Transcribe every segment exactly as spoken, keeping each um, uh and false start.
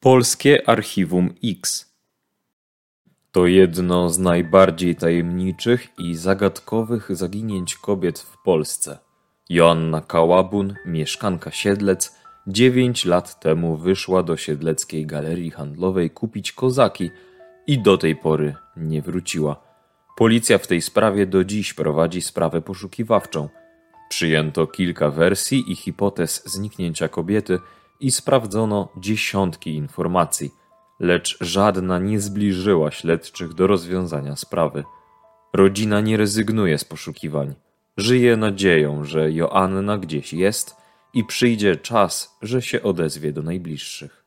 Polskie Archiwum X to jedno z najbardziej tajemniczych i zagadkowych zaginięć kobiet w Polsce. Joanna Kałabun, mieszkanka Siedlec, dziewięć lat temu wyszła do siedleckiej galerii handlowej kupić kozaki i do tej pory nie wróciła. Policja w tej sprawie do dziś prowadzi sprawę poszukiwawczą. Przyjęto kilka wersji i hipotez zniknięcia kobiety i sprawdzono dziesiątki informacji, lecz żadna nie zbliżyła śledczych do rozwiązania sprawy. Rodzina nie rezygnuje z poszukiwań. Żyje nadzieją, że Joanna gdzieś jest i przyjdzie czas, że się odezwie do najbliższych.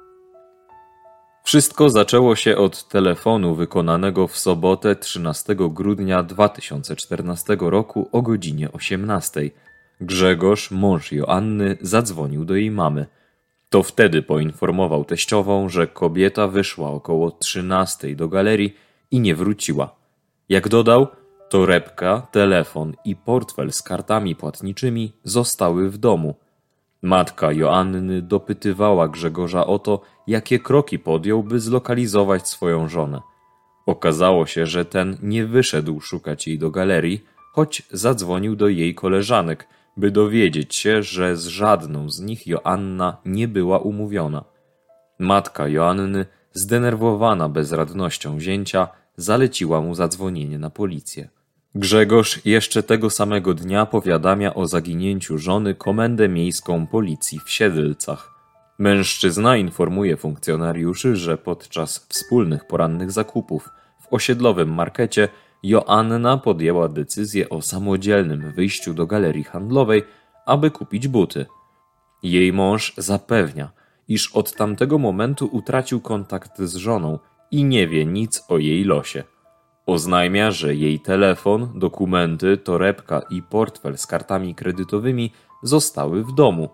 Wszystko zaczęło się od telefonu wykonanego w sobotę trzynastego grudnia dwa tysiące czternastego roku o godzinie osiemnastej. Grzegorz, mąż Joanny, zadzwonił do jej mamy. To wtedy poinformował teściową, że kobieta wyszła około trzynastej do galerii i nie wróciła. Jak dodał, torebka, telefon i portfel z kartami płatniczymi zostały w domu. Matka Joanny dopytywała Grzegorza o to, jakie kroki podjął, by zlokalizować swoją żonę. Okazało się, że ten nie wyszedł szukać jej do galerii, choć zadzwonił do jej koleżanek, by dowiedzieć się, że z żadną z nich Joanna nie była umówiona. Matka Joanny, zdenerwowana bezradnością zięcia, zaleciła mu zadzwonienie na policję. Grzegorz jeszcze tego samego dnia powiadamia o zaginięciu żony Komendę Miejską Policji w Siedlcach. Mężczyzna informuje funkcjonariuszy, że podczas wspólnych porannych zakupów w osiedlowym markecie Joanna podjęła decyzję o samodzielnym wyjściu do galerii handlowej, aby kupić buty. Jej mąż zapewnia, iż od tamtego momentu utracił kontakt z żoną i nie wie nic o jej losie. Oznajmia, że jej telefon, dokumenty, torebka i portfel z kartami kredytowymi zostały w domu.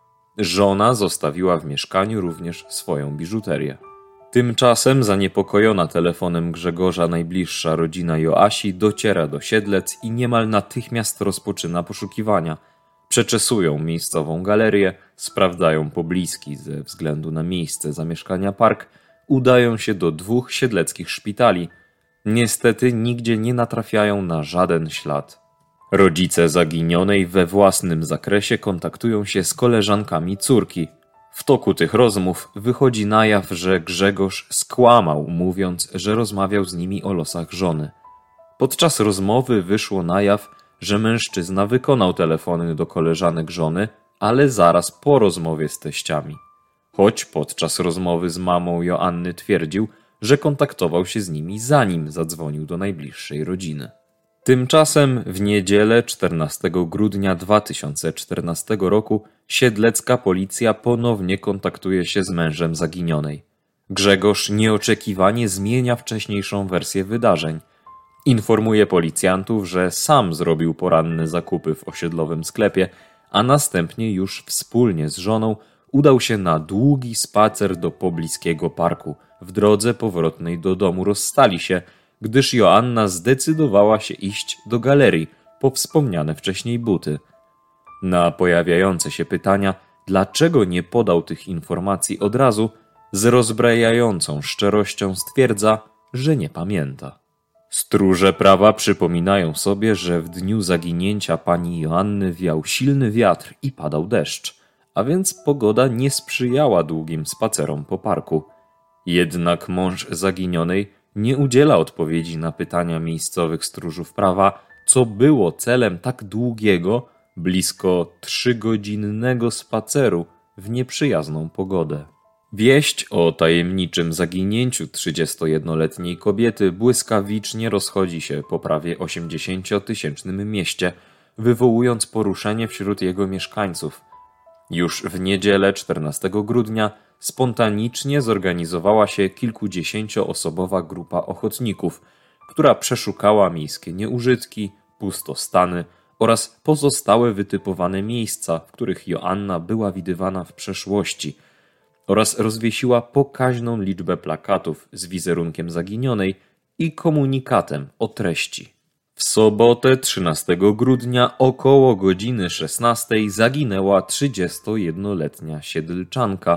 Żona zostawiła w mieszkaniu również swoją biżuterię. Tymczasem zaniepokojona telefonem Grzegorza najbliższa rodzina Joasi dociera do Siedlec i niemal natychmiast rozpoczyna poszukiwania. Przeczesują miejscową galerię, sprawdzają pobliski ze względu na miejsce zamieszkania park, udają się do dwóch siedleckich szpitali. Niestety nigdzie nie natrafiają na żaden ślad. Rodzice zaginionej we własnym zakresie kontaktują się z koleżankami córki. W toku tych rozmów wychodzi na jaw, że Grzegorz skłamał, mówiąc, że rozmawiał z nimi o losach żony. Podczas rozmowy wyszło na jaw, że mężczyzna wykonał telefony do koleżanek żony, ale zaraz po rozmowie z teściami. Choć podczas rozmowy z mamą Joanny twierdził, że kontaktował się z nimi zanim zadzwonił do najbliższej rodziny. Tymczasem w niedzielę czternastego grudnia dwa tysiące czternastego roku siedlecka policja ponownie kontaktuje się z mężem zaginionej. Grzegorz nieoczekiwanie zmienia wcześniejszą wersję wydarzeń. Informuje policjantów, że sam zrobił poranne zakupy w osiedlowym sklepie, a następnie już wspólnie z żoną udał się na długi spacer do pobliskiego parku. W drodze powrotnej do domu rozstali się, gdyż Joanna zdecydowała się iść do galerii po wspomniane wcześniej buty. Na pojawiające się pytania, dlaczego nie podał tych informacji od razu, z rozbrajającą szczerością stwierdza, że nie pamięta. Stróże prawa przypominają sobie, że w dniu zaginięcia pani Joanny wiał silny wiatr i padał deszcz, a więc pogoda nie sprzyjała długim spacerom po parku. Jednak mąż zaginionej nie udziela odpowiedzi na pytania miejscowych stróżów prawa, co było celem tak długiego, blisko trzygodzinnego spaceru w nieprzyjazną pogodę. Wieść o tajemniczym zaginięciu trzydziestojednoletniej kobiety błyskawicznie rozchodzi się po prawie osiemdziesięciotysięcznym mieście, wywołując poruszenie wśród jego mieszkańców. Już w niedzielę czternastego grudnia spontanicznie zorganizowała się kilkudziesięcioosobowa grupa ochotników, która przeszukała miejskie nieużytki, pustostany oraz pozostałe wytypowane miejsca, w których Joanna była widywana w przeszłości, oraz rozwiesiła pokaźną liczbę plakatów z wizerunkiem zaginionej i komunikatem o treści. W sobotę trzynastego grudnia około godziny szesnastej zaginęła trzydziestojednoletnia Siedlczanka.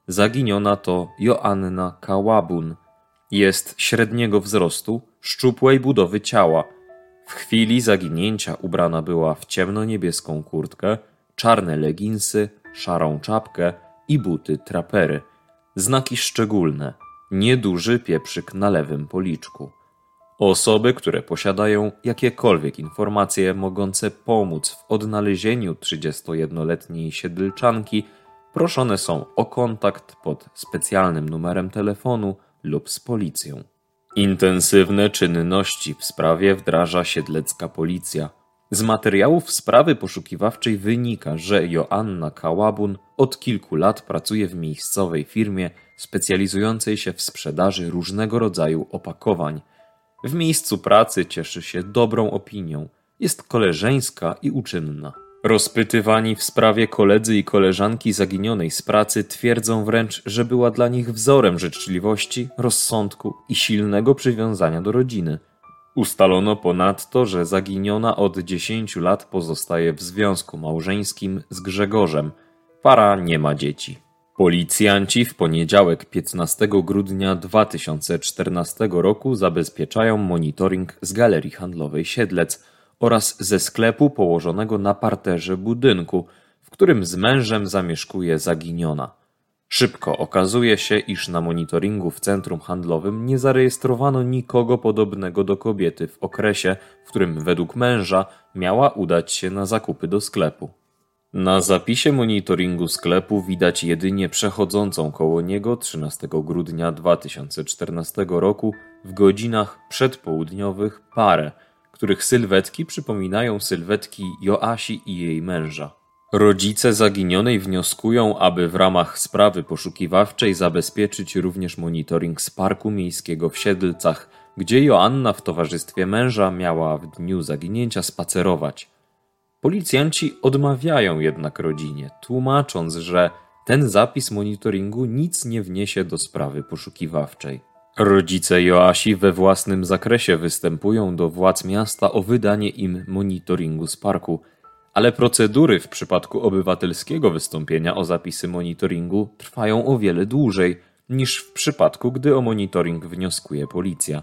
Zaginiona to Joanna Kałabun. Jest średniego wzrostu, szczupłej budowy ciała. W chwili zaginięcia ubrana była w ciemnoniebieską kurtkę, czarne leginsy, szarą czapkę i buty trapery. Znaki szczególne. Nieduży pieprzyk na lewym policzku. Osoby, które posiadają jakiekolwiek informacje mogące pomóc w odnalezieniu trzydziestojednoletniej Siedlczanki, proszone są o kontakt pod specjalnym numerem telefonu lub z policją. Intensywne czynności w sprawie wdraża siedlecka policja. Z materiałów sprawy poszukiwawczej wynika, że Joanna Kałabun od kilku lat pracuje w miejscowej firmie specjalizującej się w sprzedaży różnego rodzaju opakowań. W miejscu pracy cieszy się dobrą opinią. Jest koleżeńska i uczynna. Rozpytywani w sprawie koledzy i koleżanki zaginionej z pracy twierdzą wręcz, że była dla nich wzorem życzliwości, rozsądku i silnego przywiązania do rodziny. Ustalono ponadto, że zaginiona od dziesięciu lat pozostaje w związku małżeńskim z Grzegorzem. Para nie ma dzieci. Policjanci w poniedziałek piętnastego grudnia dwa tysiące czternastego roku zabezpieczają monitoring z Galerii Handlowej Siedlec oraz ze sklepu położonego na parterze budynku, w którym z mężem zamieszkuje zaginiona. Szybko okazuje się, iż na monitoringu w centrum handlowym nie zarejestrowano nikogo podobnego do kobiety w okresie, w którym według męża miała udać się na zakupy do sklepu. Na zapisie monitoringu sklepu widać jedynie przechodzącą koło niego trzynastego grudnia dwa tysiące czternastego roku w godzinach przedpołudniowych parę, których sylwetki przypominają sylwetki Joasi i jej męża. Rodzice zaginionej wnioskują, aby w ramach sprawy poszukiwawczej zabezpieczyć również monitoring z parku miejskiego w Siedlcach, gdzie Joanna w towarzystwie męża miała w dniu zaginięcia spacerować. Policjanci odmawiają jednak rodzinie, tłumacząc, że ten zapis monitoringu nic nie wniesie do sprawy poszukiwawczej. Rodzice Joasi we własnym zakresie występują do władz miasta o wydanie im monitoringu z parku, ale procedury w przypadku obywatelskiego wystąpienia o zapisy monitoringu trwają o wiele dłużej niż w przypadku, gdy o monitoring wnioskuje policja.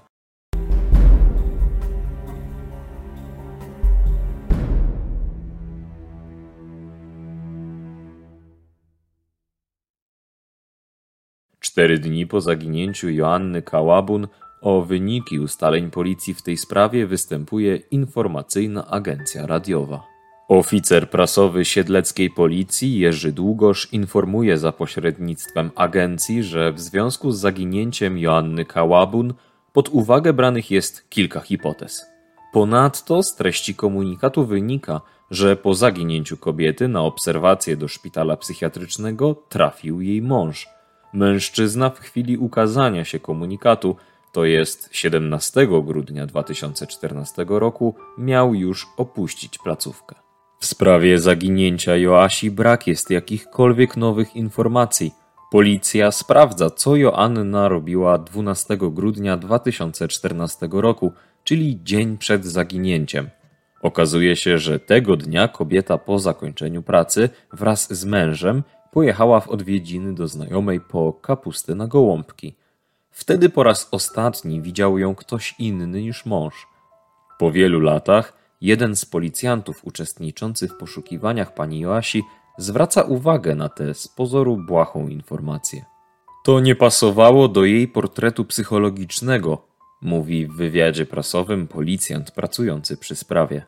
Cztery dni po zaginięciu Joanny Kałabun o wyniki ustaleń policji w tej sprawie występuje informacyjna agencja radiowa. Oficer prasowy siedleckiej policji Jerzy Długosz informuje za pośrednictwem agencji, że w związku z zaginięciem Joanny Kałabun pod uwagę branych jest kilka hipotez. Ponadto z treści komunikatu wynika, że po zaginięciu kobiety na obserwację do szpitala psychiatrycznego trafił jej mąż. Mężczyzna w chwili ukazania się komunikatu, to jest siedemnastego grudnia dwa tysiące czternastego roku, miał już opuścić placówkę. W sprawie zaginięcia Joasi brak jest jakichkolwiek nowych informacji. Policja sprawdza, co Joanna robiła dwunastego grudnia dwa tysiące czternastego roku, czyli dzień przed zaginięciem. Okazuje się, że tego dnia kobieta po zakończeniu pracy wraz z mężem pojechała w odwiedziny do znajomej po kapustę na gołąbki. Wtedy po raz ostatni widział ją ktoś inny niż mąż. Po wielu latach jeden z policjantów uczestniczący w poszukiwaniach pani Joasi zwraca uwagę na tę z pozoru błahą informację. To nie pasowało do jej portretu psychologicznego, mówi w wywiadzie prasowym policjant pracujący przy sprawie.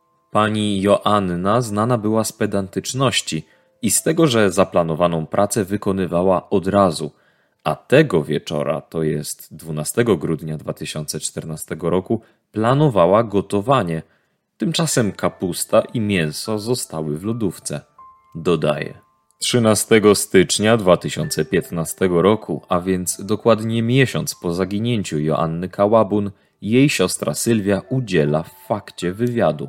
Pani Joanna znana była z pedantyczności i z tego, że zaplanowaną pracę wykonywała od razu, a tego wieczora, to jest dwunastego grudnia dwa tysiące czternastego roku, planowała gotowanie. Tymczasem kapusta i mięso zostały w lodówce. Dodaje. trzynastego stycznia dwa tysiące piętnastego roku, a więc dokładnie miesiąc po zaginięciu Joanny Kałabun, jej siostra Sylwia udziela w fakcie wywiadu.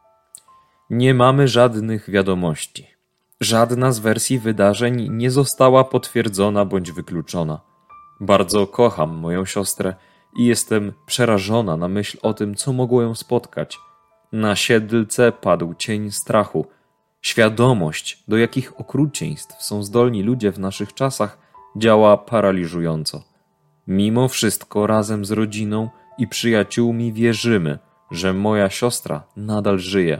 Nie mamy żadnych wiadomości. Żadna z wersji wydarzeń nie została potwierdzona bądź wykluczona. Bardzo kocham moją siostrę i jestem przerażona na myśl o tym, co mogło ją spotkać. Na Siedlce padł cień strachu. Świadomość, do jakich okrucieństw są zdolni ludzie w naszych czasach, działa paraliżująco. Mimo wszystko razem z rodziną i przyjaciółmi wierzymy, że moja siostra nadal żyje.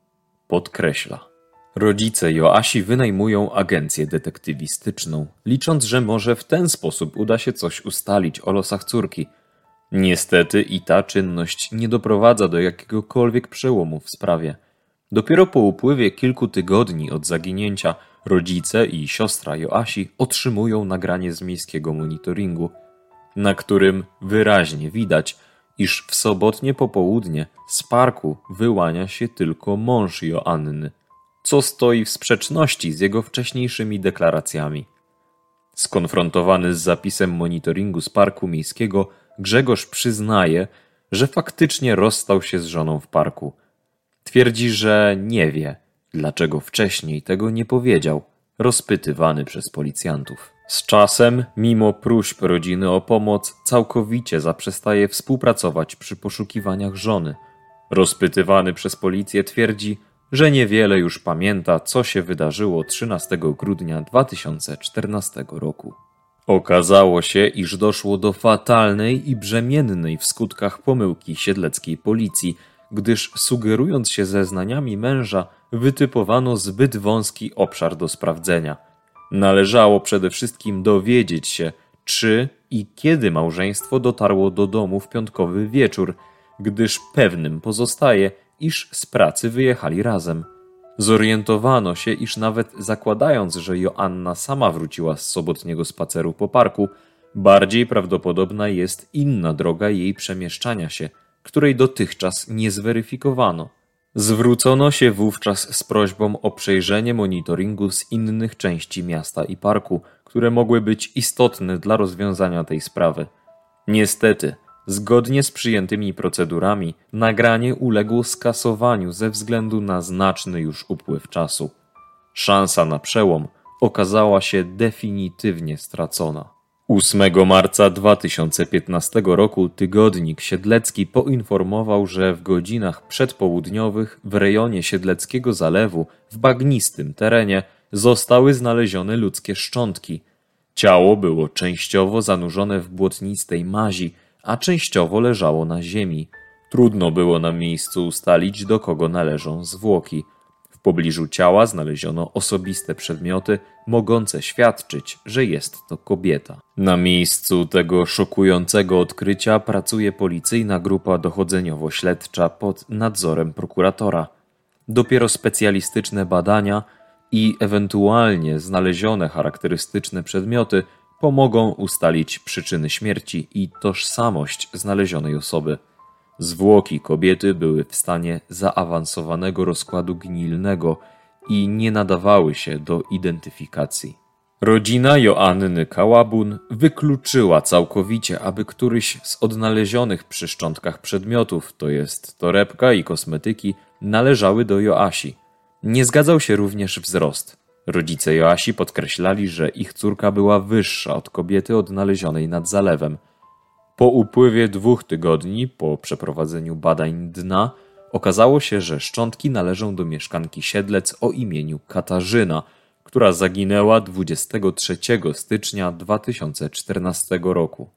Podkreśla. Rodzice Joasi wynajmują agencję detektywistyczną, licząc, że może w ten sposób uda się coś ustalić o losach córki. Niestety i ta czynność nie doprowadza do jakiegokolwiek przełomu w sprawie. Dopiero po upływie kilku tygodni od zaginięcia rodzice i siostra Joasi otrzymują nagranie z miejskiego monitoringu, na którym wyraźnie widać, iż w sobotnie popołudnie z parku wyłania się tylko mąż Joanny, co stoi w sprzeczności z jego wcześniejszymi deklaracjami. Skonfrontowany z zapisem monitoringu z parku miejskiego, Grzegorz przyznaje, że faktycznie rozstał się z żoną w parku. Twierdzi, że nie wie, dlaczego wcześniej tego nie powiedział, rozpytywany przez policjantów. Z czasem, mimo próśb rodziny o pomoc, całkowicie zaprzestaje współpracować przy poszukiwaniach żony. Rozpytywany przez policję twierdzi, że niewiele już pamięta, co się wydarzyło trzynastego grudnia dwa tysiące czternastego roku. Okazało się, iż doszło do fatalnej i brzemiennej w skutkach pomyłki siedleckiej policji, gdyż sugerując się zeznaniami męża, wytypowano zbyt wąski obszar do sprawdzenia. Należało przede wszystkim dowiedzieć się, czy i kiedy małżeństwo dotarło do domu w piątkowy wieczór, gdyż pewnym pozostaje, iż z pracy wyjechali razem. Zorientowano się, iż nawet zakładając, że Joanna sama wróciła z sobotniego spaceru po parku, bardziej prawdopodobna jest inna droga jej przemieszczania się, której dotychczas nie zweryfikowano. Zwrócono się wówczas z prośbą o przejrzenie monitoringu z innych części miasta i parku, które mogły być istotne dla rozwiązania tej sprawy. Niestety, zgodnie z przyjętymi procedurami, nagranie uległo skasowaniu ze względu na znaczny już upływ czasu. Szansa na przełom okazała się definitywnie stracona. ósmego marca dwa tysiące piętnastego roku tygodnik Siedlecki poinformował, że w godzinach przedpołudniowych w rejonie Siedleckiego Zalewu w bagnistym terenie zostały znalezione ludzkie szczątki. Ciało było częściowo zanurzone w błotnistej mazi, a częściowo leżało na ziemi. Trudno było na miejscu ustalić, do kogo należą zwłoki. W pobliżu ciała znaleziono osobiste przedmioty, mogące świadczyć, że jest to kobieta. Na miejscu tego szokującego odkrycia pracuje policyjna grupa dochodzeniowo-śledcza pod nadzorem prokuratora. Dopiero specjalistyczne badania i ewentualnie znalezione charakterystyczne przedmioty pomogą ustalić przyczyny śmierci i tożsamość znalezionej osoby. Zwłoki kobiety były w stanie zaawansowanego rozkładu gnilnego i nie nadawały się do identyfikacji. Rodzina Joanny Kałabun wykluczyła całkowicie, aby któryś z odnalezionych przy szczątkach przedmiotów, to jest torebka i kosmetyki, należały do Joasi. Nie zgadzał się również wzrost. Rodzice Joasi podkreślali, że ich córka była wyższa od kobiety odnalezionej nad zalewem. Po upływie dwóch tygodni, po przeprowadzeniu badań dna, okazało się, że szczątki należą do mieszkanki Siedlec o imieniu Katarzyna, która zaginęła dwudziestego trzeciego stycznia dwa tysiące czternastego roku.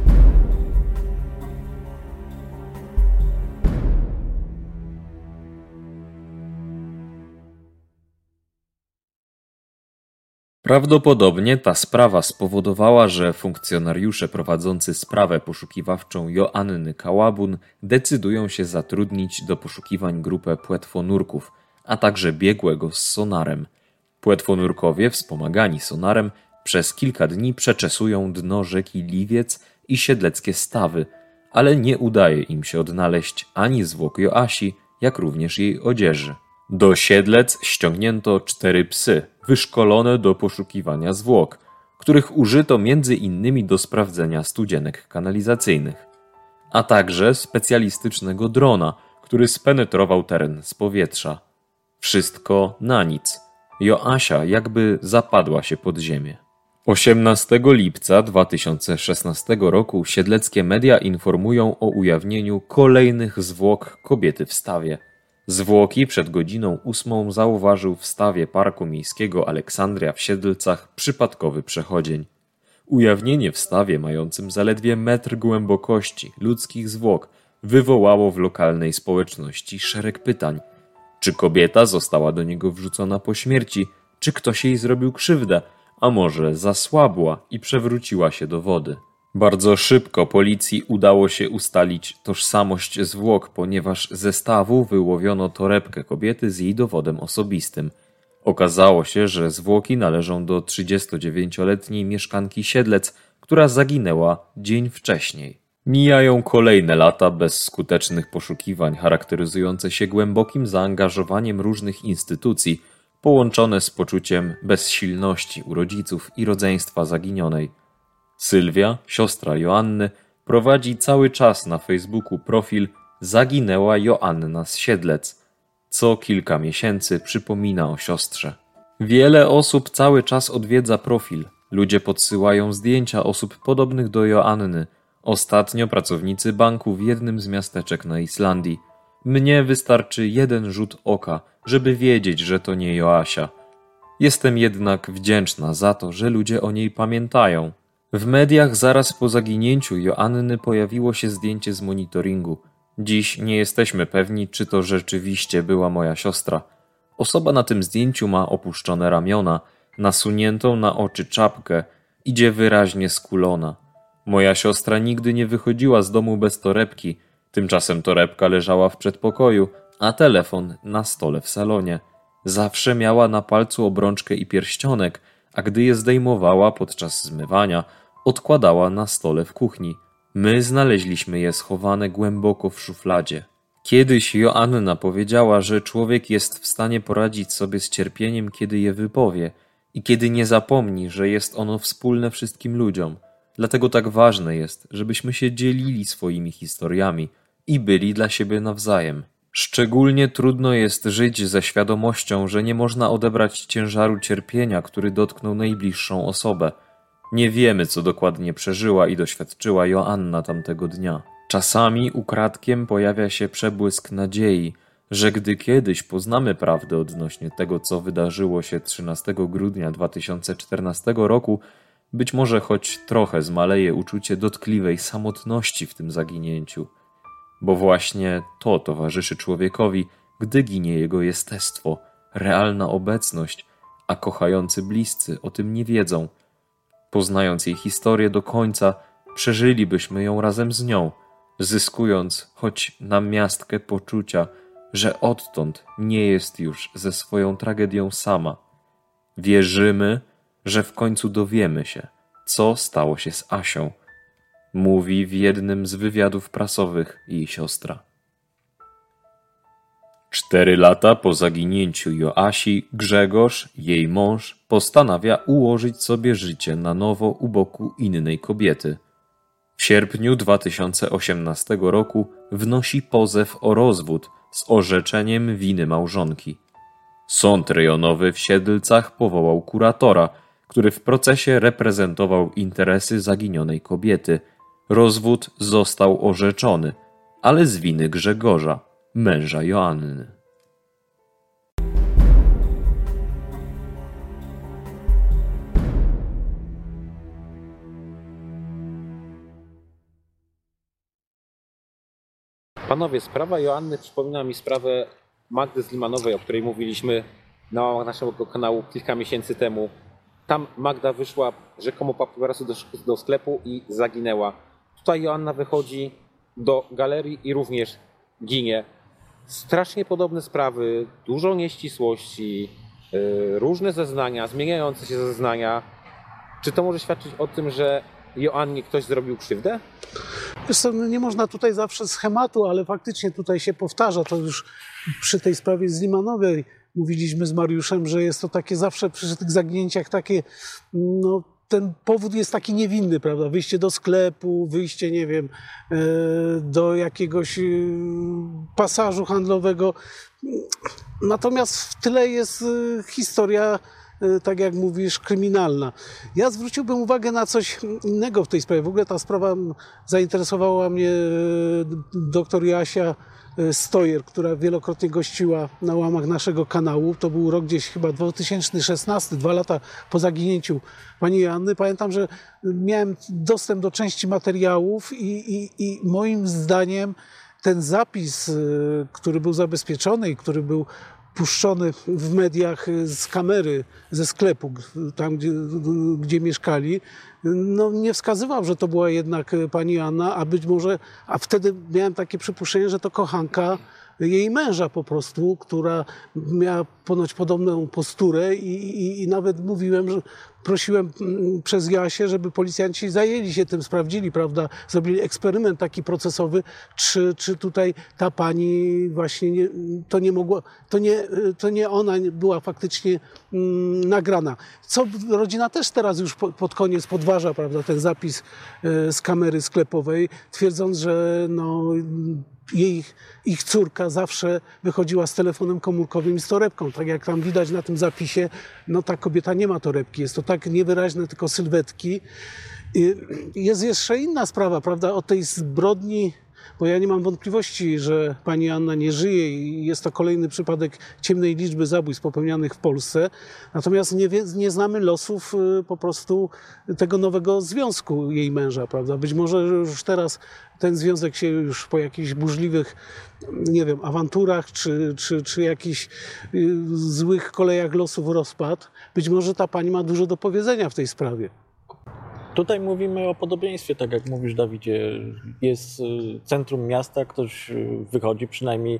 Prawdopodobnie ta sprawa spowodowała, że funkcjonariusze prowadzący sprawę poszukiwawczą Joanny Kałabun decydują się zatrudnić do poszukiwań grupę płetwonurków, a także biegłego z sonarem. Płetwonurkowie, wspomagani sonarem, przez kilka dni przeczesują dno rzeki Liwiec i siedleckie stawy, ale nie udaje im się odnaleźć ani zwłok Joasi, jak również jej odzieży. Do Siedlec ściągnięto cztery psy, wyszkolone do poszukiwania zwłok, których użyto między innymi do sprawdzenia studzienek kanalizacyjnych, a także specjalistycznego drona, który spenetrował teren z powietrza. Wszystko na nic. Joasia jakby zapadła się pod ziemię. osiemnastego lipca dwa tysiące szesnastego roku siedleckie media informują o ujawnieniu kolejnych zwłok kobiety w stawie. Zwłoki przed godziną ósmą zauważył w stawie Parku Miejskiego Aleksandria w Siedlcach przypadkowy przechodzień. Ujawnienie w stawie mającym zaledwie metr głębokości ludzkich zwłok wywołało w lokalnej społeczności szereg pytań. Czy kobieta została do niego wrzucona po śmierci, czy ktoś jej zrobił krzywdę, a może zasłabła i przewróciła się do wody. Bardzo szybko policji udało się ustalić tożsamość zwłok, ponieważ ze stawu wyłowiono torebkę kobiety z jej dowodem osobistym. Okazało się, że zwłoki należą do trzydziestodziewięcioletniej mieszkanki Siedlec, która zaginęła dzień wcześniej. Mijają kolejne lata bezskutecznych poszukiwań charakteryzujące się głębokim zaangażowaniem różnych instytucji, połączone z poczuciem bezsilności u rodziców i rodzeństwa zaginionej. Sylwia, siostra Joanny, prowadzi cały czas na Facebooku profil Zaginęła Joanna z Siedlec. Co kilka miesięcy przypomina o siostrze. Wiele osób cały czas odwiedza profil. Ludzie podsyłają zdjęcia osób podobnych do Joanny. Ostatnio pracownicy banku w jednym z miasteczek na Islandii. Mnie wystarczy jeden rzut oka, żeby wiedzieć, że to nie Joasia. Jestem jednak wdzięczna za to, że ludzie o niej pamiętają. W mediach zaraz po zaginięciu Joanny pojawiło się zdjęcie z monitoringu. Dziś nie jesteśmy pewni, czy to rzeczywiście była moja siostra. Osoba na tym zdjęciu ma opuszczone ramiona, nasuniętą na oczy czapkę, idzie wyraźnie skulona. Moja siostra nigdy nie wychodziła z domu bez torebki, tymczasem torebka leżała w przedpokoju, a telefon na stole w salonie. Zawsze miała na palcu obrączkę i pierścionek, a gdy je zdejmowała podczas zmywania, odkładała na stole w kuchni. My znaleźliśmy je schowane głęboko w szufladzie. Kiedyś Joanna powiedziała, że człowiek jest w stanie poradzić sobie z cierpieniem, kiedy je wypowie i kiedy nie zapomni, że jest ono wspólne wszystkim ludziom. Dlatego tak ważne jest, żebyśmy się dzielili swoimi historiami i byli dla siebie nawzajem. Szczególnie trudno jest żyć ze świadomością, że nie można odebrać ciężaru cierpienia, który dotknął najbliższą osobę. Nie wiemy, co dokładnie przeżyła i doświadczyła Joanna tamtego dnia. Czasami ukradkiem pojawia się przebłysk nadziei, że gdy kiedyś poznamy prawdę odnośnie tego, co wydarzyło się trzynastego grudnia dwa tysiące czternastego roku, być może choć trochę zmaleje uczucie dotkliwej samotności w tym zaginięciu. Bo właśnie to towarzyszy człowiekowi, gdy ginie jego jestestwo, realna obecność, a kochający bliscy o tym nie wiedzą. Poznając jej historię do końca, przeżylibyśmy ją razem z nią, zyskując choć na miastkę poczucia, że odtąd nie jest już ze swoją tragedią sama. Wierzymy, że w końcu dowiemy się, co stało się z Asią, mówi w jednym z wywiadów prasowych jej siostra. Cztery lata po zaginięciu Joasi, Grzegorz, jej mąż, postanawia ułożyć sobie życie na nowo u boku innej kobiety. W sierpniu dwa tysiące osiemnastego roku wnosi pozew o rozwód z orzeczeniem winy małżonki. Sąd rejonowy w Siedlcach powołał kuratora, który w procesie reprezentował interesy zaginionej kobiety. Rozwód został orzeczony, ale z winy Grzegorza, męża Joanny. Panowie, sprawa Joanny przypomina mi sprawę Magdy z Limanowej, o której mówiliśmy na łamach naszego kanału kilka miesięcy temu. Tam Magda wyszła rzekomo po papierosy do, do sklepu i zaginęła. Tutaj Joanna wychodzi do galerii i również ginie. Strasznie podobne sprawy, dużo nieścisłości, yy, różne zeznania, zmieniające się zeznania. Czy to może świadczyć o tym, że Joannie ktoś zrobił krzywdę? Wiesz co, no nie można tutaj zawsze schematu, ale faktycznie tutaj się powtarza. To już przy tej sprawie z Limanowej mówiliśmy z Mariuszem, że jest to takie zawsze przy tych zaginięciach takie, no ten powód jest taki niewinny, prawda? Wyjście do sklepu, wyjście, nie wiem, do jakiegoś pasażu handlowego. Natomiast w tle jest historia tak jak mówisz, kryminalna. Ja zwróciłbym uwagę na coś innego w tej sprawie. W ogóle ta sprawa zainteresowała mnie doktor Joasia Stojer, która wielokrotnie gościła na łamach naszego kanału. To był rok gdzieś chyba dwa tysiące szesnasty, dwa lata po zaginięciu pani Joanny. Pamiętam, że miałem dostęp do części materiałów i, i, i moim zdaniem ten zapis, który był zabezpieczony i który był puszczony w mediach z kamery, ze sklepu, tam gdzie, gdzie mieszkali, no nie wskazywał, że to była jednak pani Joanna, a być może, a wtedy miałem takie przypuszczenie, że to kochanka jej męża po prostu, która miała ponoć podobną posturę i, i, i nawet mówiłem, że prosiłem przez Jasię, żeby policjanci zajęli się tym, sprawdzili, prawda, zrobili eksperyment taki procesowy, czy, czy tutaj ta pani właśnie nie, to nie mogła, to nie, to nie ona była faktycznie mm, nagrana. Co rodzina też teraz już po, pod koniec podważa, prawda, ten zapis y, z kamery sklepowej, twierdząc, że no jej, ich córka zawsze wychodziła z telefonem komórkowym i z torebką. Tak jak tam widać na tym zapisie, no ta kobieta nie ma torebki. Jest to tak niewyraźne, tylko sylwetki. Jest jeszcze inna sprawa, prawda, o tej zbrodni, bo ja nie mam wątpliwości, że pani Anna nie żyje i jest to kolejny przypadek ciemnej liczby zabójstw popełnianych w Polsce. Natomiast nie, wie, nie znamy losów po prostu tego nowego związku jej męża, prawda. Być może już teraz ten związek się już po jakichś burzliwych, nie wiem, awanturach czy, czy, czy jakichś złych kolejach losów rozpadł. Być może ta pani ma dużo do powiedzenia w tej sprawie. Tutaj mówimy o podobieństwie, tak jak mówisz, Dawidzie. Jest centrum miasta, ktoś wychodzi, przynajmniej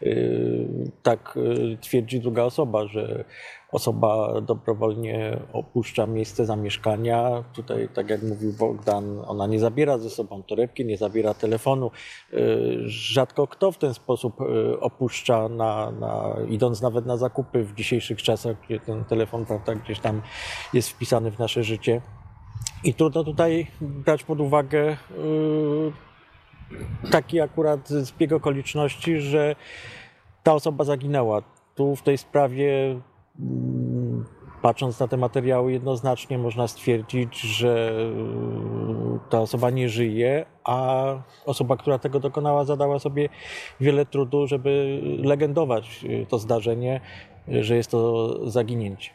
tak twierdzi druga osoba, że osoba dobrowolnie opuszcza miejsce zamieszkania. Tutaj, tak jak mówił Bogdan, ona nie zabiera ze sobą torebki, nie zabiera telefonu. Rzadko kto w ten sposób opuszcza, na, na, idąc nawet na zakupy w dzisiejszych czasach, gdzie ten telefon, prawda, gdzieś tam jest wpisany w nasze życie. I trudno tutaj brać pod uwagę yy, taki akurat zbieg okoliczności, że ta osoba zaginęła. Tu w tej sprawie, yy, patrząc na te materiały, jednoznacznie można stwierdzić, że yy, ta osoba nie żyje, a osoba, która tego dokonała, zadała sobie wiele trudu, żeby legendować to zdarzenie, że jest to zaginięcie.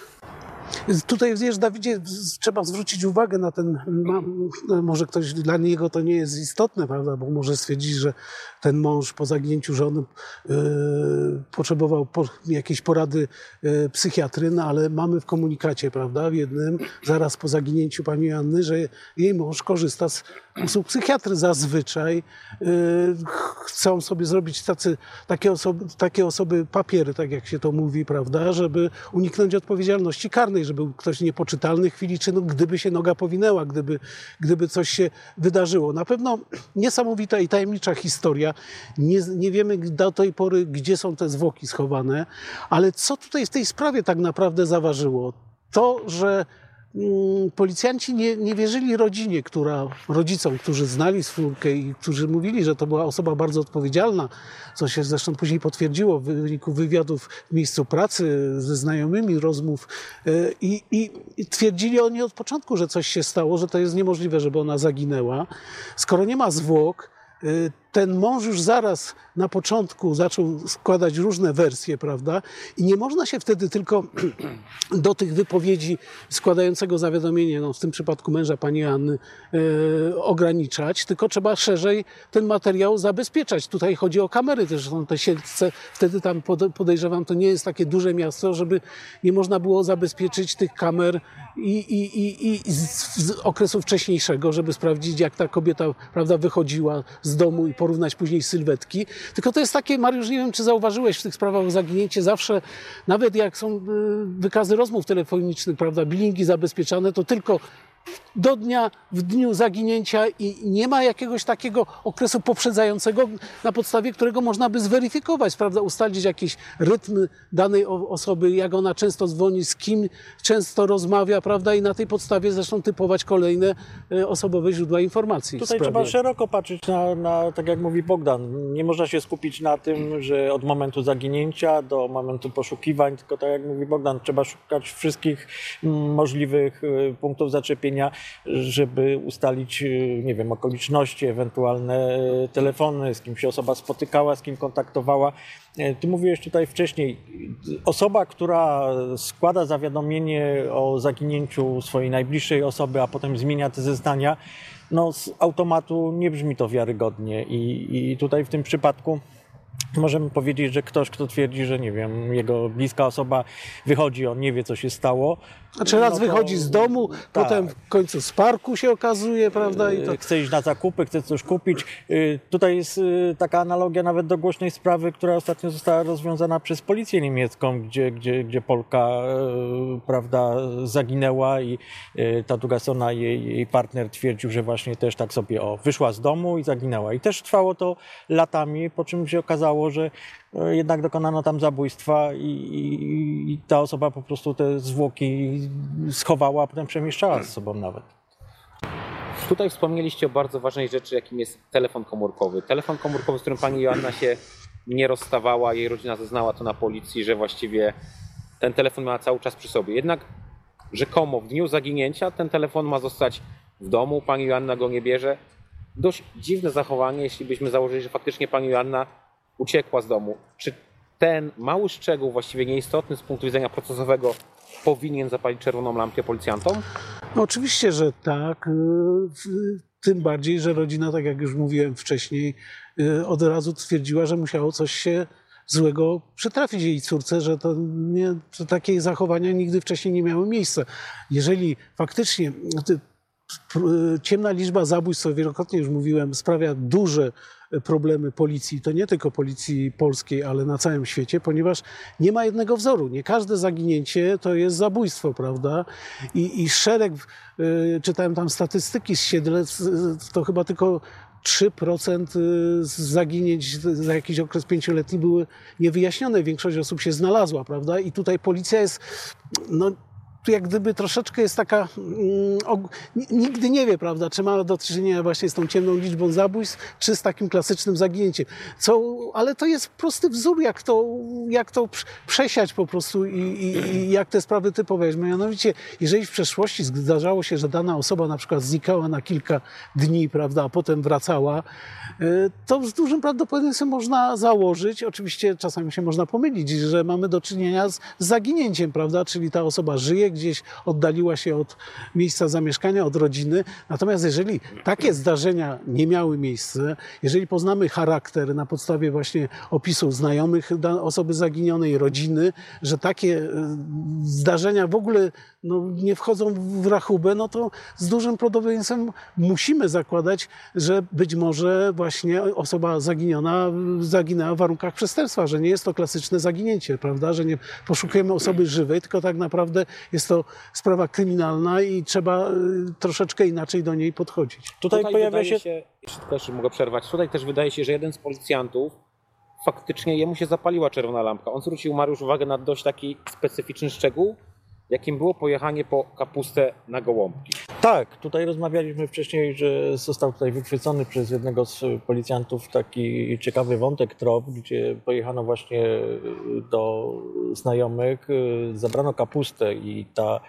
Tutaj, wiesz, Dawidzie, trzeba zwrócić uwagę na ten, może ktoś, dla niego to nie jest istotne, prawda, bo może stwierdzić, że ten mąż po zaginięciu żony yy, potrzebował po, jakiejś porady yy, psychiatry, no ale mamy w komunikacie, prawda, w jednym, zaraz po zaginięciu pani Joanny, że jej mąż korzysta z usług psychiatry zazwyczaj. Yy, chcą sobie zrobić tacy, takie, osoby, takie osoby papiery, tak jak się to mówi, prawda, żeby uniknąć odpowiedzialności karnej, że był ktoś niepoczytalny w chwili czynu, gdyby się noga powinęła, gdyby, gdyby coś się wydarzyło. Na pewno niesamowita i tajemnicza historia. Nie, nie wiemy do tej pory, gdzie są te zwłoki schowane, ale co tutaj w tej sprawie tak naprawdę zaważyło? To, że mm, policjanci nie, nie wierzyli rodzinie, która, rodzicom, którzy znali córkę i którzy mówili, że to była osoba bardzo odpowiedzialna, co się zresztą później potwierdziło w wyniku wywiadów w miejscu pracy ze znajomymi, rozmów i, i, i twierdzili oni od początku, że coś się stało, że to jest niemożliwe, żeby ona zaginęła. Skoro nie ma zwłok, ten mąż już zaraz na początku zaczął składać różne wersje, prawda? I nie można się wtedy tylko do tych wypowiedzi składającego zawiadomienie, no w tym przypadku męża pani Anny, e, ograniczać, tylko trzeba szerzej ten materiał zabezpieczać. Tutaj chodzi o kamery też, są te Siedlce, wtedy tam podejrzewam, to nie jest takie duże miasto, żeby nie można było zabezpieczyć tych kamer i, i, i, i z, z okresu wcześniejszego, żeby sprawdzić, jak ta kobieta, prawda, wychodziła z domu i porównać później sylwetki. Tylko to jest takie, Mariusz, nie wiem, czy zauważyłeś w tych sprawach o zaginięcie, zawsze, nawet jak są wykazy rozmów telefonicznych, prawda, bilingi zabezpieczane, to tylko do dnia, w dniu zaginięcia i nie ma jakiegoś takiego okresu poprzedzającego, na podstawie którego można by zweryfikować, prawda, ustalić jakiś rytm danej osoby, jak ona często dzwoni, z kim często rozmawia, prawda, i na tej podstawie zresztą typować kolejne osobowe źródła informacji. Tutaj trzeba szeroko patrzeć na, na, tak jak mówi Bogdan, nie można się skupić na tym, że od momentu zaginięcia do momentu poszukiwań, tylko tak jak mówi Bogdan, trzeba szukać wszystkich możliwych punktów zaczepienia, żeby ustalić, nie wiem, okoliczności, ewentualne telefony, z kim się osoba spotykała, z kim kontaktowała. Ty mówiłeś tutaj wcześniej, osoba, która składa zawiadomienie o zaginięciu swojej najbliższej osoby, a potem zmienia te zeznania, no z automatu nie brzmi to wiarygodnie i, i tutaj w tym przypadku możemy powiedzieć, że ktoś, kto twierdzi, że nie wiem, jego bliska osoba wychodzi, on nie wie, co się stało. Znaczy raz no to, wychodzi z domu, tak. Potem w końcu z parku się okazuje, prawda? I to... Chce iść na zakupy, chce coś kupić. Tutaj jest taka analogia nawet do głośnej sprawy, która ostatnio została rozwiązana przez policję niemiecką, gdzie, gdzie, gdzie Polka, prawda, zaginęła i ta druga strona, jej, jej partner twierdził, że właśnie też tak sobie o, wyszła z domu i zaginęła. I też trwało to latami, po czym się okazało, że jednak dokonano tam zabójstwa i, i, i ta osoba po prostu te zwłoki schowała, a potem przemieszczała z sobą nawet. Tutaj wspomnieliście o bardzo ważnej rzeczy, jakim jest telefon komórkowy. Telefon komórkowy, z którym pani Joanna się nie rozstawała, jej rodzina zeznała to na policji, że właściwie ten telefon miała cały czas przy sobie. Jednak rzekomo w dniu zaginięcia ten telefon ma zostać w domu, pani Joanna go nie bierze. Dość dziwne zachowanie, jeśli byśmy założyli, że faktycznie pani Joanna uciekła z domu. Czy ten mały szczegół, właściwie nieistotny z punktu widzenia procesowego, powinien zapalić czerwoną lampkę policjantom? No oczywiście, że tak. Tym bardziej, że rodzina, tak jak już mówiłem wcześniej, od razu twierdziła, że musiało coś się złego przytrafić jej córce, że to nie, że takie zachowania nigdy wcześniej nie miały miejsca. Jeżeli faktycznie ciemna liczba zabójstw, co wielokrotnie już mówiłem, sprawia duże problemy policji, to nie tylko policji polskiej, ale na całym świecie, ponieważ nie ma jednego wzoru. Nie każde zaginięcie to jest zabójstwo, prawda? I, i szereg, y, czytałem tam statystyki z Siedlec, to chyba tylko trzy procent zaginięć za jakiś okres pięcioletni były niewyjaśnione. Większość osób się znalazła, prawda? I tutaj policja jest, no, tu jak gdyby troszeczkę jest taka, mm, nigdy nie wie, prawda, czy ma do czynienia właśnie z tą ciemną liczbą zabójstw, czy z takim klasycznym zaginięciem. Co, ale to jest prosty wzór, jak to, jak to przesiać po prostu i, i, i jak te sprawy typowe. Mianowicie, jeżeli w przeszłości zdarzało się, że dana osoba na przykład znikała na kilka dni, prawda, a potem wracała, to z dużym prawdopodobieństwem można założyć, oczywiście czasami się można pomylić, że mamy do czynienia z zaginięciem, prawda, czyli ta osoba żyje, gdzieś oddaliła się od miejsca zamieszkania, od rodziny. Natomiast jeżeli takie zdarzenia nie miały miejsca, jeżeli poznamy charakter na podstawie właśnie opisów znajomych osoby zaginionej, rodziny, że takie zdarzenia w ogóle no, nie wchodzą w rachubę, no to z dużym prawdopodobieństwem musimy zakładać, że być może właśnie osoba zaginiona zaginęła w warunkach przestępstwa, że nie jest to klasyczne zaginięcie, prawda, że nie poszukujemy osoby żywej, tylko tak naprawdę jest to sprawa kryminalna i trzeba troszeczkę inaczej do niej podchodzić. Tutaj, Tutaj pojawia się... się... Też mogę przerwać. Tutaj też wydaje się, że jeden z policjantów faktycznie jemu się zapaliła czerwona lampka. On zwrócił, Mariusz, uwagę na dość taki specyficzny szczegół, jakim było pojechanie po kapustę na gołąbki. Tak, tutaj rozmawialiśmy wcześniej, że został tutaj wychwycony przez jednego z policjantów taki ciekawy wątek, trop, gdzie pojechano właśnie do znajomych, zabrano kapustę i ta,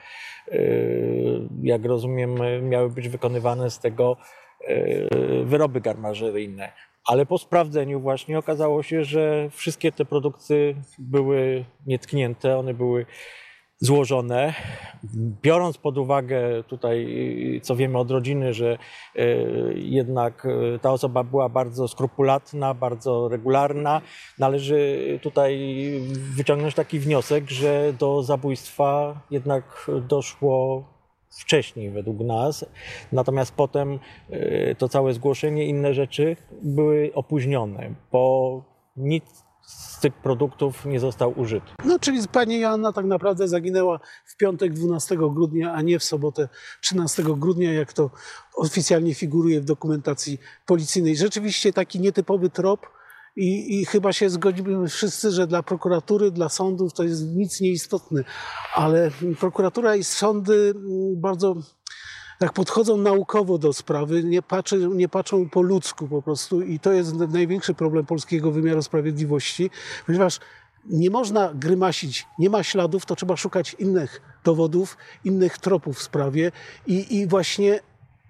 jak rozumiem, miały być wykonywane z tego wyroby garmażeryjne. Ale po sprawdzeniu właśnie okazało się, że wszystkie te produkty były nietknięte, one były złożone. Biorąc pod uwagę tutaj, co wiemy od rodziny, że jednak ta osoba była bardzo skrupulatna, bardzo regularna, należy tutaj wyciągnąć taki wniosek, że do zabójstwa jednak doszło wcześniej według nas, natomiast potem to całe zgłoszenie, inne rzeczy były opóźnione, bo nic z tych produktów nie został użyty. No, czyli pani Joanna tak naprawdę zaginęła w piątek dwunastego grudnia, a nie w sobotę trzynastego grudnia, jak to oficjalnie figuruje w dokumentacji policyjnej. Rzeczywiście taki nietypowy trop i, i chyba się zgodzimy wszyscy, że dla prokuratury, dla sądów to jest nic nieistotne, ale prokuratura i sądy bardzo tak podchodzą naukowo do sprawy, nie, patrzy, nie patrzą po ludzku po prostu i to jest największy problem polskiego wymiaru sprawiedliwości, ponieważ nie można grymasić, nie ma śladów, to trzeba szukać innych dowodów, innych tropów w sprawie i, i właśnie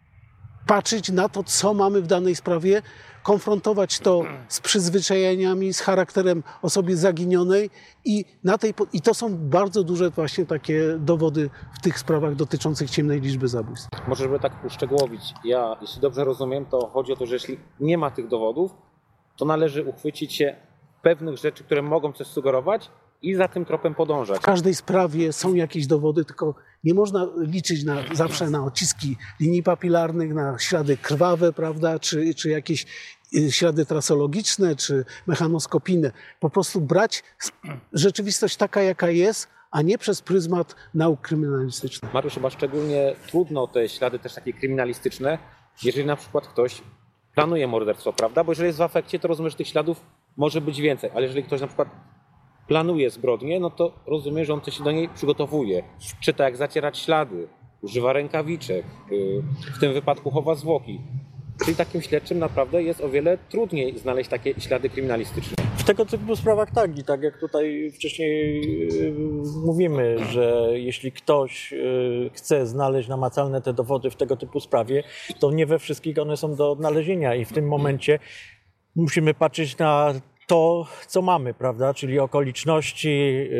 patrzeć na to, co mamy w danej sprawie, konfrontować to z przyzwyczajeniami, z charakterem osoby zaginionej i, na tej, i to są bardzo duże właśnie takie dowody w tych sprawach dotyczących ciemnej liczby zabójstw. Może żeby tak uszczegółowić, ja jeśli dobrze rozumiem, to chodzi o to, że jeśli nie ma tych dowodów, to należy uchwycić się pewnych rzeczy, które mogą coś sugerować i za tym tropem podążać. W każdej sprawie są jakieś dowody, tylko nie można liczyć na, zawsze na odciski linii papilarnych, na ślady krwawe, prawda, czy, czy jakieś ślady trasologiczne, czy mechanoskopijne. Po prostu brać rzeczywistość taka, jaka jest, a nie przez pryzmat nauk kryminalistycznych. Mariusz, chyba szczególnie trudno te ślady też takie kryminalistyczne, jeżeli na przykład ktoś planuje morderstwo, prawda? Bo jeżeli jest w afekcie, to rozumiem, że tych śladów może być więcej, ale jeżeli ktoś na przykład planuje zbrodnię, no to rozumiem, że on coś się do niej przygotowuje. Czyta, jak zacierać ślady, używa rękawiczek, w tym wypadku chowa zwłoki. Czyli takim śledczym naprawdę jest o wiele trudniej znaleźć takie ślady kryminalistyczne. W tego typu sprawach tak i tak jak tutaj wcześniej mówimy, że jeśli ktoś chce znaleźć namacalne te dowody w tego typu sprawie, to nie we wszystkich one są do odnalezienia i w tym momencie musimy patrzeć na to, co mamy, prawda, czyli okoliczności,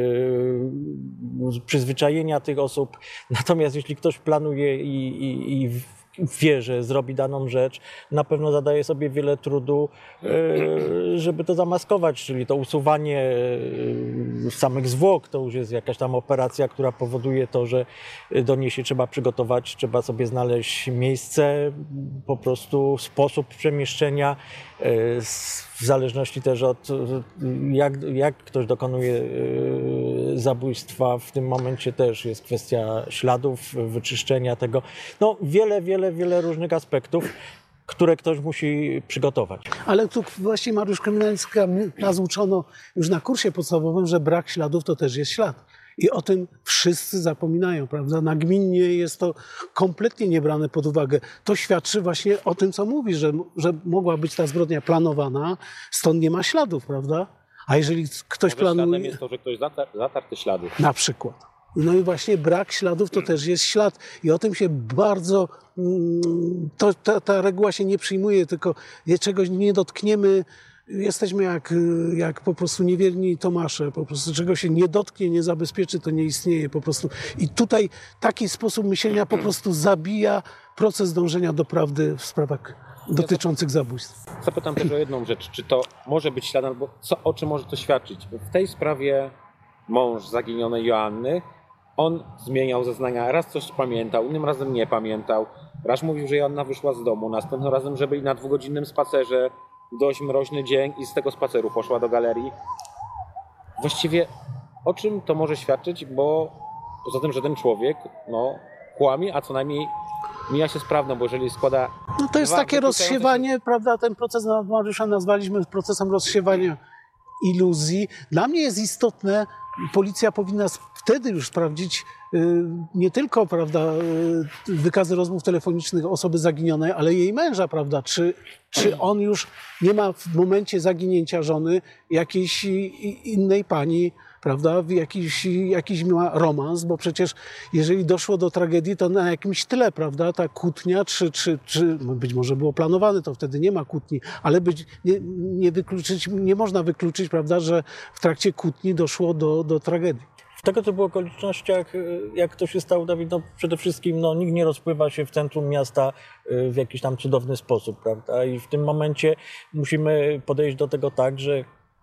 yy, przyzwyczajenia tych osób. Natomiast jeśli ktoś planuje i, i, i wie, że zrobi daną rzecz, na pewno zadaje sobie wiele trudu, yy, żeby to zamaskować, czyli to usuwanie yy, samych zwłok, to już jest jakaś tam operacja, która powoduje to, że do niej się trzeba przygotować, trzeba sobie znaleźć miejsce, po prostu sposób przemieszczenia, yy, w zależności też od jak, jak ktoś dokonuje yy, zabójstwa, w tym momencie też jest kwestia śladów, wyczyszczenia tego. No wiele, wiele, wiele różnych aspektów, które ktoś musi przygotować. Ale tu właśnie Mariusz Kryminalistka nas uczono już na kursie podstawowym, że brak śladów to też jest ślad. I o tym wszyscy zapominają, prawda? Nagminnie jest to kompletnie niebrane pod uwagę. To świadczy właśnie o tym, co mówi, że, że mogła być ta zbrodnia planowana, stąd nie ma śladów, prawda? A jeżeli ktoś Może planuje... śladem jest to, że ktoś zatarł, zatarł te ślady. Na przykład. No i właśnie brak śladów to też jest ślad. I o tym się bardzo... To, ta, ta reguła się nie przyjmuje, tylko czegoś nie dotkniemy. Jesteśmy jak, jak po prostu niewierni Tomasze, po prostu czego się nie dotknie, nie zabezpieczy, to nie istnieje po prostu. I tutaj taki sposób myślenia po prostu zabija proces dążenia do prawdy w sprawach dotyczących zabójstw. Zapytam też o jedną rzecz, czy to może być śladem, bo co, o czym może to świadczyć? Bo w tej sprawie mąż zaginionej Joanny, on zmieniał zeznania, raz coś pamiętał, innym razem nie pamiętał, raz mówił, że Joanna wyszła z domu, następnym razem, że byli na dwugodzinnym spacerze, dość mroźny dzień i z tego spaceru poszła do galerii. Właściwie o czym to może świadczyć, bo poza tym, że ten człowiek no, kłamie, a co najmniej mija się z prawdą, bo jeżeli składa... No to jest takie rozsiewanie, się... prawda, ten proces Mariusza nazwaliśmy procesem rozsiewania iluzji. Dla mnie jest istotne, policja powinna wtedy już sprawdzić nie tylko, prawda, wykazy rozmów telefonicznych osoby zaginionej, ale jej męża, prawda, czy, czy on już nie ma w momencie zaginięcia żony jakiejś innej pani, prawda, jakiś, jakiś ma romans, bo przecież jeżeli doszło do tragedii, to na jakimś tle, prawda, ta kłótnia, czy, czy, czy być może było planowane, to wtedy nie ma kłótni, ale być, nie, nie, wykluczyć, nie można wykluczyć, prawda, że w trakcie kłótni doszło do, do tragedii. W tego typu okolicznościach, jak to się stało, Dawid, no przede wszystkim no, nikt nie rozpływa się w centrum miasta w jakiś tam cudowny sposób, prawda? I w tym momencie musimy podejść do tego tak, że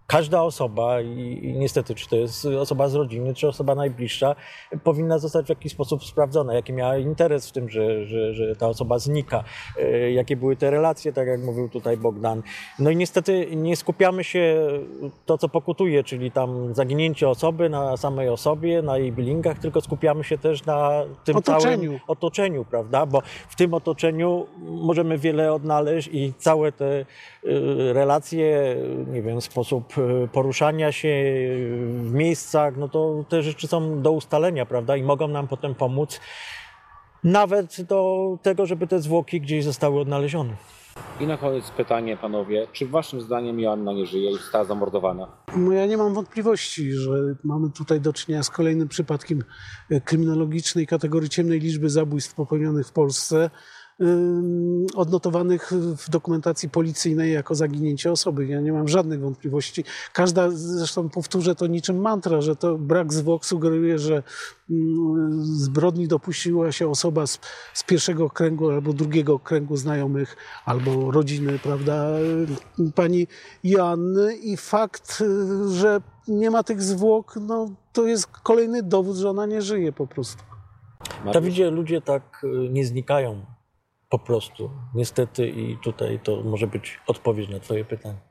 każda osoba i, i niestety, czy to jest osoba z rodziny, czy osoba najbliższa, powinna zostać w jakiś sposób sprawdzona, jaki miała interes w tym, że, że, że ta osoba znika, e, jakie były te relacje, tak jak mówił tutaj Bogdan. No i niestety nie skupiamy się to, co pokutuje, czyli tam zaginięcie osoby na samej osobie, na jej billingach, tylko skupiamy się też na tym Otoczeniu. całym otoczeniu, prawda? Bo w tym otoczeniu możemy wiele odnaleźć i całe te y, relacje, nie wiem, sposób poruszania się w miejscach, no to te rzeczy są do ustalenia, prawda? I mogą nam potem pomóc nawet do tego, żeby te zwłoki gdzieś zostały odnalezione. I na koniec pytanie, panowie, czy waszym zdaniem Joanna nie żyje i została zamordowana? No ja nie mam wątpliwości, że mamy tutaj do czynienia z kolejnym przypadkiem kryminologicznej kategorii ciemnej liczby zabójstw popełnionych w Polsce, odnotowanych w dokumentacji policyjnej jako zaginięcie osoby. Ja nie mam żadnych wątpliwości. Każda, zresztą powtórzę to niczym mantra, że to brak zwłok sugeruje, że zbrodni dopuściła się osoba z, z pierwszego kręgu albo drugiego kręgu znajomych, albo rodziny, prawda, pani Joanny, i fakt, że nie ma tych zwłok, no to jest kolejny dowód, że ona nie żyje po prostu. Dawidzie, ludzie tak nie znikają. Po prostu, niestety, i tutaj to może być odpowiedź na twoje pytanie.